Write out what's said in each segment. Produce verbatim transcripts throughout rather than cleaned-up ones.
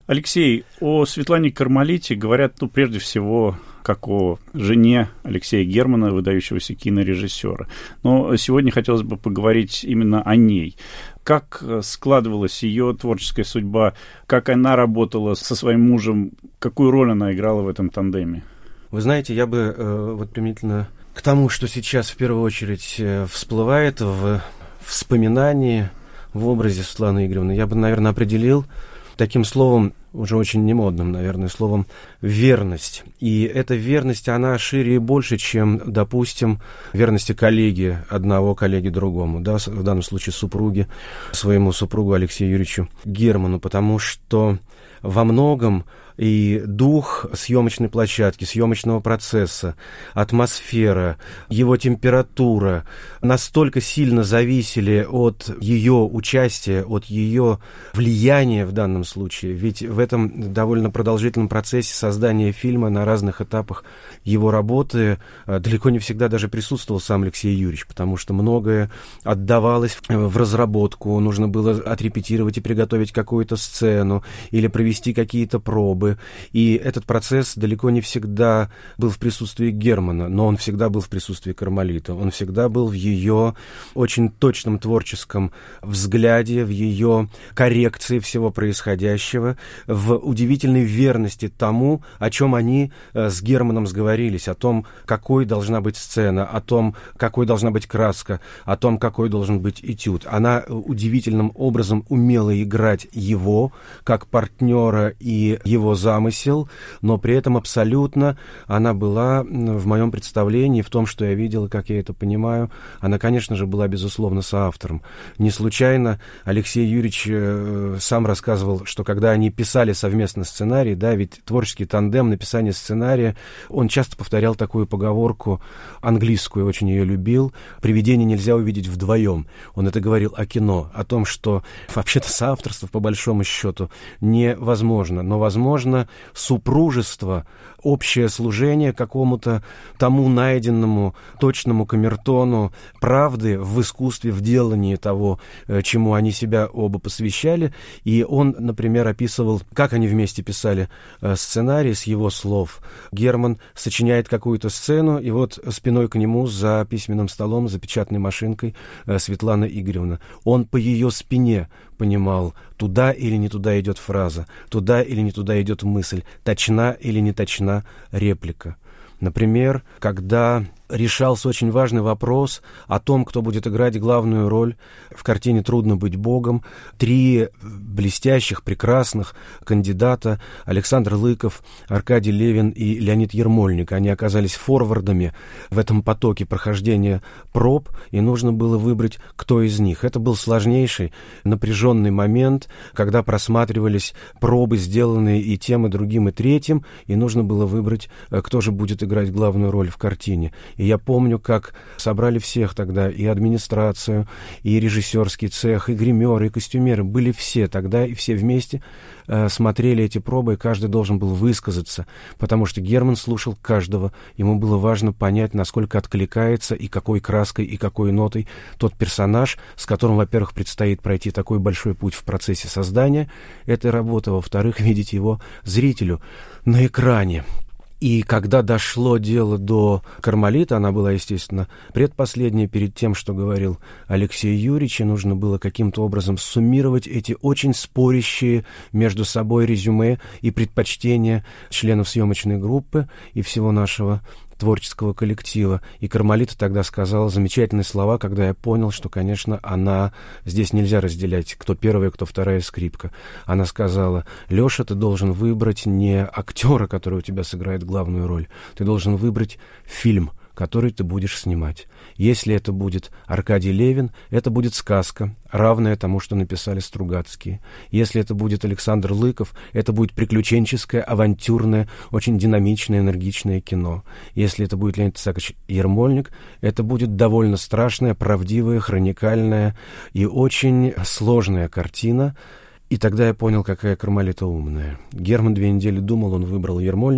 Алексей, о Светлане Кармалите говорят, ну, прежде всего, как о жене Алексея Германа, выдающегося кинорежиссера. Но сегодня хотелось бы поговорить именно о ней. Как складывалась ее творческая судьба, как она работала со своим мужем, какую роль она играла в этом тандеме? Вы знаете, я бы э, вот применительно к тому, что сейчас в первую очередь э, всплывает в вспоминании, в образе Светланы Игоревны, я бы, наверное, определил таким словом, уже очень немодным, наверное, словом «верность». И эта верность, она шире и больше, чем, допустим, верности коллеги, одного коллеги другому, да, в данном случае супруги, своему супругу Алексею Юрьевичу Герману, потому что во многом и дух съемочной площадки, съемочного процесса, атмосфера, его температура настолько сильно зависели от ее участия, от ее влияния в данном случае. Ведь в этом довольно продолжительном процессе создания фильма на разных этапах его работы далеко не всегда даже присутствовал сам Алексей Юрьевич, потому что многое отдавалось в разработку, нужно было отрепетировать и приготовить какую-то сцену или провести какие-то пробы. И этот процесс далеко не всегда был в присутствии Германа, но он всегда был в присутствии Кармалиты. Он всегда был в ее очень точном творческом взгляде, в ее коррекции всего происходящего, в удивительной верности тому, о чем они с Германом сговорились, о том, какой должна быть сцена, о том, какой должна быть краска, о том, какой должен быть этюд. Она удивительным образом умела играть его как партнера и его замысел, но при этом абсолютно она была, в моем представлении, в том, что я видел, и как я это понимаю, она, конечно же, была, безусловно, соавтором. Не случайно Алексей Юрьевич э, сам рассказывал, что когда они писали совместно сценарий, да, ведь творческий тандем, написание сценария, он часто повторял такую поговорку английскую, очень ее любил: «Привидение нельзя увидеть вдвоем». Он это говорил о кино, о том, что вообще-то соавторство, по большому счету, невозможно, но возможно супружество, общее служение какому-то тому найденному точному камертону правды в искусстве, в делании того, чему они себя оба посвящали. И он, например, описывал, как они вместе писали сценарий с его слов. Герман сочиняет какую-то сцену, и вот спиной к нему за письменным столом, за печатной машинкой Светлана Игоревна. Он по ее спине понимал, туда или не туда идет фраза, туда или не туда идет мысль, точна или не точна реплика. Например, когда решался очень важный вопрос о том, кто будет играть главную роль в картине «Трудно быть Богом», три блестящих, прекрасных кандидата — Александр Лыков, Аркадий Левин и Леонид Ермольник. Они оказались форвардами в этом потоке прохождения проб, и нужно было выбрать, кто из них. Это был сложнейший, напряженный момент, когда просматривались пробы, сделанные и тем, и другим, и третьим, и нужно было выбрать, кто же будет играть главную роль в картине. И я помню, как собрали всех тогда, и администрацию, и режиссерский цех, и гримеры, и костюмеры. Были все тогда, и все вместе э, смотрели эти пробы, и каждый должен был высказаться, потому что Герман слушал каждого. Ему было важно понять, насколько откликается и какой краской, и какой нотой тот персонаж, с которым, во-первых, предстоит пройти такой большой путь в процессе создания этой работы, во-вторых, видеть его зрителю на экране. И когда дошло дело до Кармалиты, она была, естественно, предпоследняя перед тем, что говорил Алексей Юрьевич, и нужно было каким-то образом суммировать эти очень спорящие между собой резюме и предпочтения членов съемочной группы и всего нашего творческого коллектива. И Кармалита тогда сказала замечательные слова, когда я понял, что, конечно, она... Здесь нельзя разделять, кто первая, кто вторая скрипка. Она сказала: «Леша, ты должен выбрать не актера, который у тебя сыграет главную роль. Ты должен выбрать фильм, который ты будешь снимать. Если это будет Аркадий Левин, это будет сказка, равная тому, что написали Стругацкие. Если это будет Александр Лыков, это будет приключенческое, авантюрное, очень динамичное, энергичное кино. Если это будет Леонид Исаакович Ермольник, это будет довольно страшная, правдивая, хроникальная и очень сложная картина». И тогда я понял, какая Кармалита умная. Герман две недели думал, он выбрал Ермольника,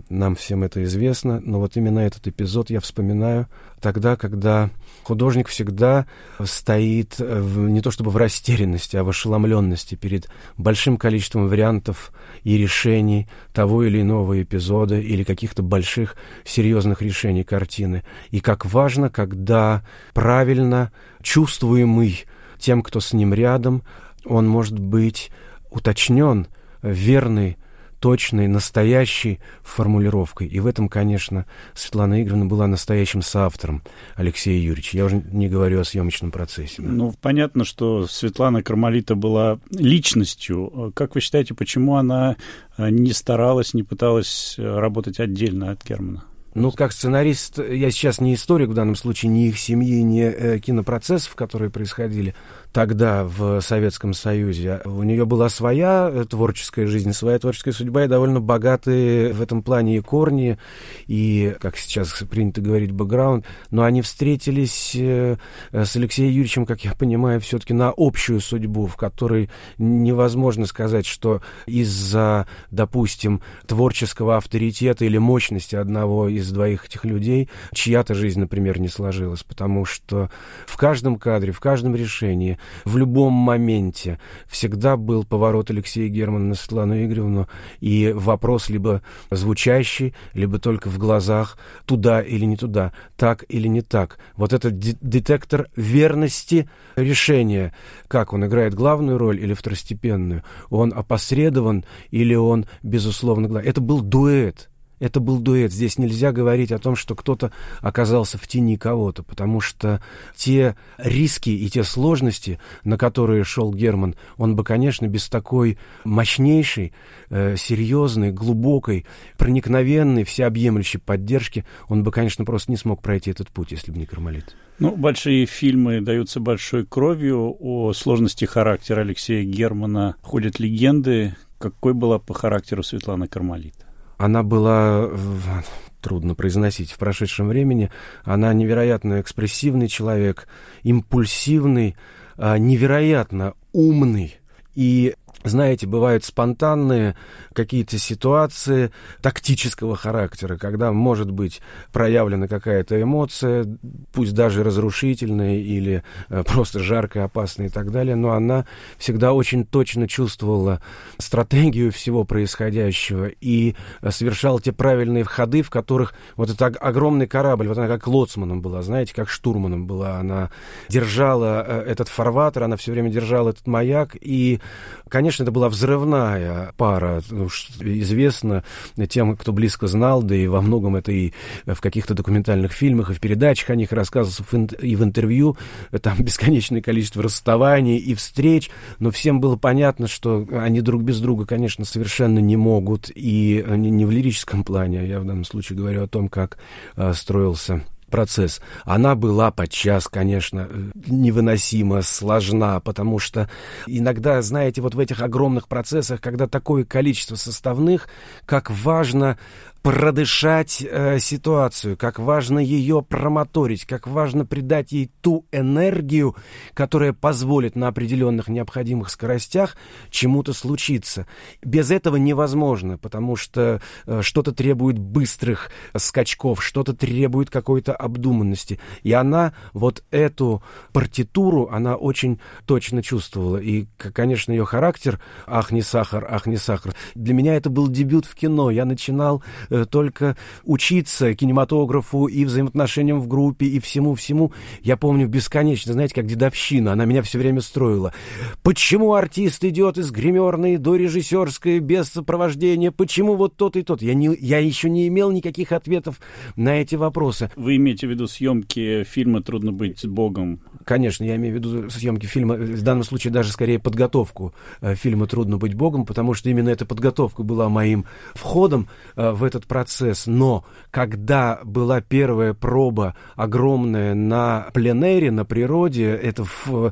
нам всем это известно, но вот именно этот эпизод я вспоминаю тогда, когда художник всегда стоит в, не то чтобы в растерянности, а в ошеломленности перед большим количеством вариантов и решений того или иного эпизода или каких-то больших серьезных решений картины. И как важно, когда правильно чувствуемый тем, кто с ним рядом, он может быть уточнен, верный, точной, настоящей формулировкой. И в этом, конечно, Светлана Игоревна была настоящим соавтором Алексея Юрьевича. Я уже не говорю о съемочном процессе. Да. Ну, понятно, что Светлана Кармалита была личностью. Как вы считаете, почему она не старалась, не пыталась работать отдельно от Германа? Ну, как сценарист, я сейчас не историк в данном случае, ни их семьи, ни э, кинопроцессов, которые происходили тогда в Советском Союзе. У нее была своя творческая жизнь, своя творческая судьба и довольно богатые в этом плане и корни, и, как сейчас принято говорить, бэкграунд. Но они встретились э, с Алексеем Юрьевичем, как я понимаю, все-таки на общую судьбу, в которой невозможно сказать, что из-за, допустим, творческого авторитета или мощности одного из двоих этих людей чья-то жизнь, например, не сложилась, потому что в каждом кадре, в каждом решении, в любом моменте всегда был поворот Алексея Германа на Светлану Игоревну, и вопрос либо звучащий, либо только в глазах, туда или не туда, так или не так. Вот этот детектор верности решения, как он играет главную роль или второстепенную, он опосредован или он, безусловно, главный. Это был дуэт. Это был дуэт. Здесь нельзя говорить о том, что кто-то оказался в тени кого-то, потому что те риски и те сложности, на которые шел Герман, он бы, конечно, без такой мощнейшей, э, серьезной, глубокой, проникновенной, всеобъемлющей поддержки, он бы, конечно, просто не смог пройти этот путь, если бы не Кармалит. Ну, большие фильмы даются большой кровью. О сложности характера Алексея Германа ходят легенды. Какой была по характеру Светлана Кармалита? Она была, трудно произносить в прошедшем времени, она невероятно экспрессивный человек, импульсивный, невероятно умный. И, знаете, бывают спонтанные какие-то ситуации тактического характера, когда может быть проявлена какая-то эмоция, пусть даже разрушительная или просто жаркая, опасная и так далее, но она всегда очень точно чувствовала стратегию всего происходящего и совершала те правильные входы, в которых вот этот огромный корабль, вот она как лоцманом была, знаете, как штурманом была, она держала этот фарватер, она все время держала этот маяк, и, конечно, это была взрывная пара, известно тем, кто близко знал, да и во многом это и в каких-то документальных фильмах, и в передачах о них рассказывался, и в интервью, там бесконечное количество расставаний и встреч, но всем было понятно, что они друг без друга, конечно, совершенно не могут, и не в лирическом плане, я в данном случае говорю о том, как а, строился процесс. Она была подчас, конечно, невыносимо сложна, потому что иногда, знаете, вот в этих огромных процессах, когда такое количество составных, как важно продышать э, ситуацию, как важно ее промоторить, как важно придать ей ту энергию, которая позволит на определенных необходимых скоростях чему-то случиться. Без этого невозможно, потому что э, что-то требует быстрых скачков, что-то требует какой-то обдуманности. И она вот эту партитуру, она очень точно чувствовала. И, конечно, ее характер, ах, не сахар, ах, не сахар. Для меня это был дебют в кино. Я начинал только учиться кинематографу и взаимоотношениям в группе, и всему-всему. Я помню бесконечно, знаете, как дедовщина. Она меня все время строила. Почему артист идет из гримерной до режиссерской без сопровождения? Почему вот тот и тот? Я, не, я еще не имел никаких ответов на эти вопросы. Вы имеете в виду съемки фильма «Трудно быть Богом»? Конечно, я имею в виду съемки фильма, в данном случае даже скорее подготовку фильма «Трудно быть Богом», потому что именно эта подготовка была моим входом в этот процесс. Но когда была первая проба огромная на пленэре, на природе, это в,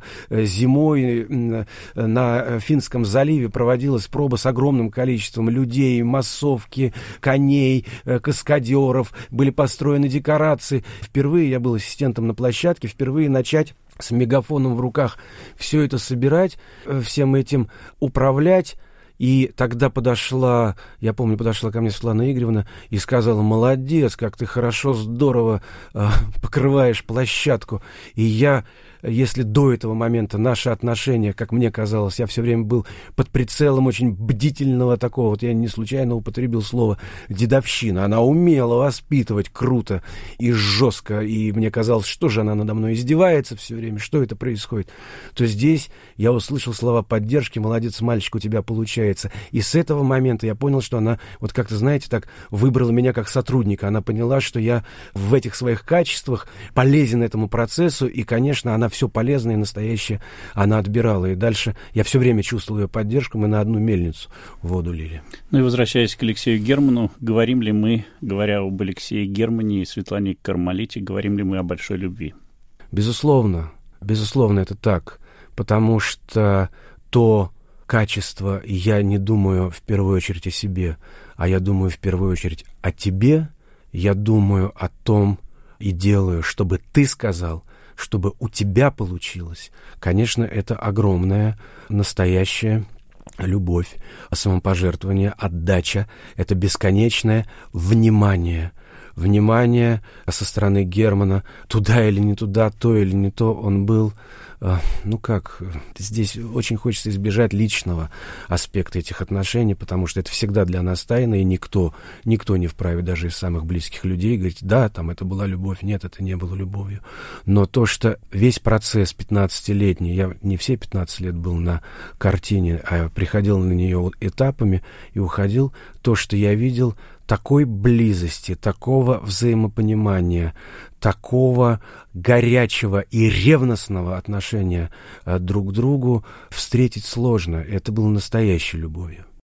зимой на Финском заливе проводилась проба с огромным количеством людей, массовки, коней, каскадеров, были построены декорации. Впервые я был ассистентом на площадке, впервые начать с мегафоном в руках все это собирать, всем этим управлять. И тогда подошла, я помню, подошла ко мне Светлана Игоревна и сказала: молодец, как ты хорошо, здорово э, покрываешь площадку. И я, если до этого момента наши отношения, как мне казалось, я все время был под прицелом очень бдительного такого, вот я не случайно употребил слово «дедовщина». Она умела воспитывать круто и жестко, и мне казалось, что же она надо мной издевается все время, что это происходит. То здесь я услышал слова поддержки: молодец, мальчик, у тебя получается. И с этого момента я понял, что она, вот как-то, знаете, так выбрала меня как сотрудника. Она поняла, что я в этих своих качествах полезен этому процессу, и, конечно, она все полезное и настоящее она отбирала. И дальше я все время чувствовал ее поддержку, мы на одну мельницу воду лили. Ну и возвращаясь к Алексею Герману, говорим ли мы, говоря об Алексее Германе и Светлане Кармалите, говорим ли мы о большой любви? Безусловно, безусловно, это так, потому что то качество, я не думаю в первую очередь о себе, а я думаю в первую очередь о тебе, я думаю о том и делаю, чтобы ты сказал, чтобы у тебя получилось. Конечно, это огромная, настоящая любовь, самопожертвование, отдача, это бесконечное внимание. Внимание со стороны Германа, туда или не туда, то или не то, он был, ну как, здесь очень хочется избежать личного аспекта этих отношений, потому что это всегда для нас тайна, и никто, никто не вправе, даже из самых близких людей, говорить: да, там это была любовь, нет, это не было любовью. Но то, что весь процесс пятнадцатилетний, я не все пятнадцать лет был на картине, а приходил на нее этапами и уходил, то, что я видел, такой близости, такого взаимопонимания, такого горячего и ревностного отношения друг к другу встретить сложно. Это было настоящей любовью.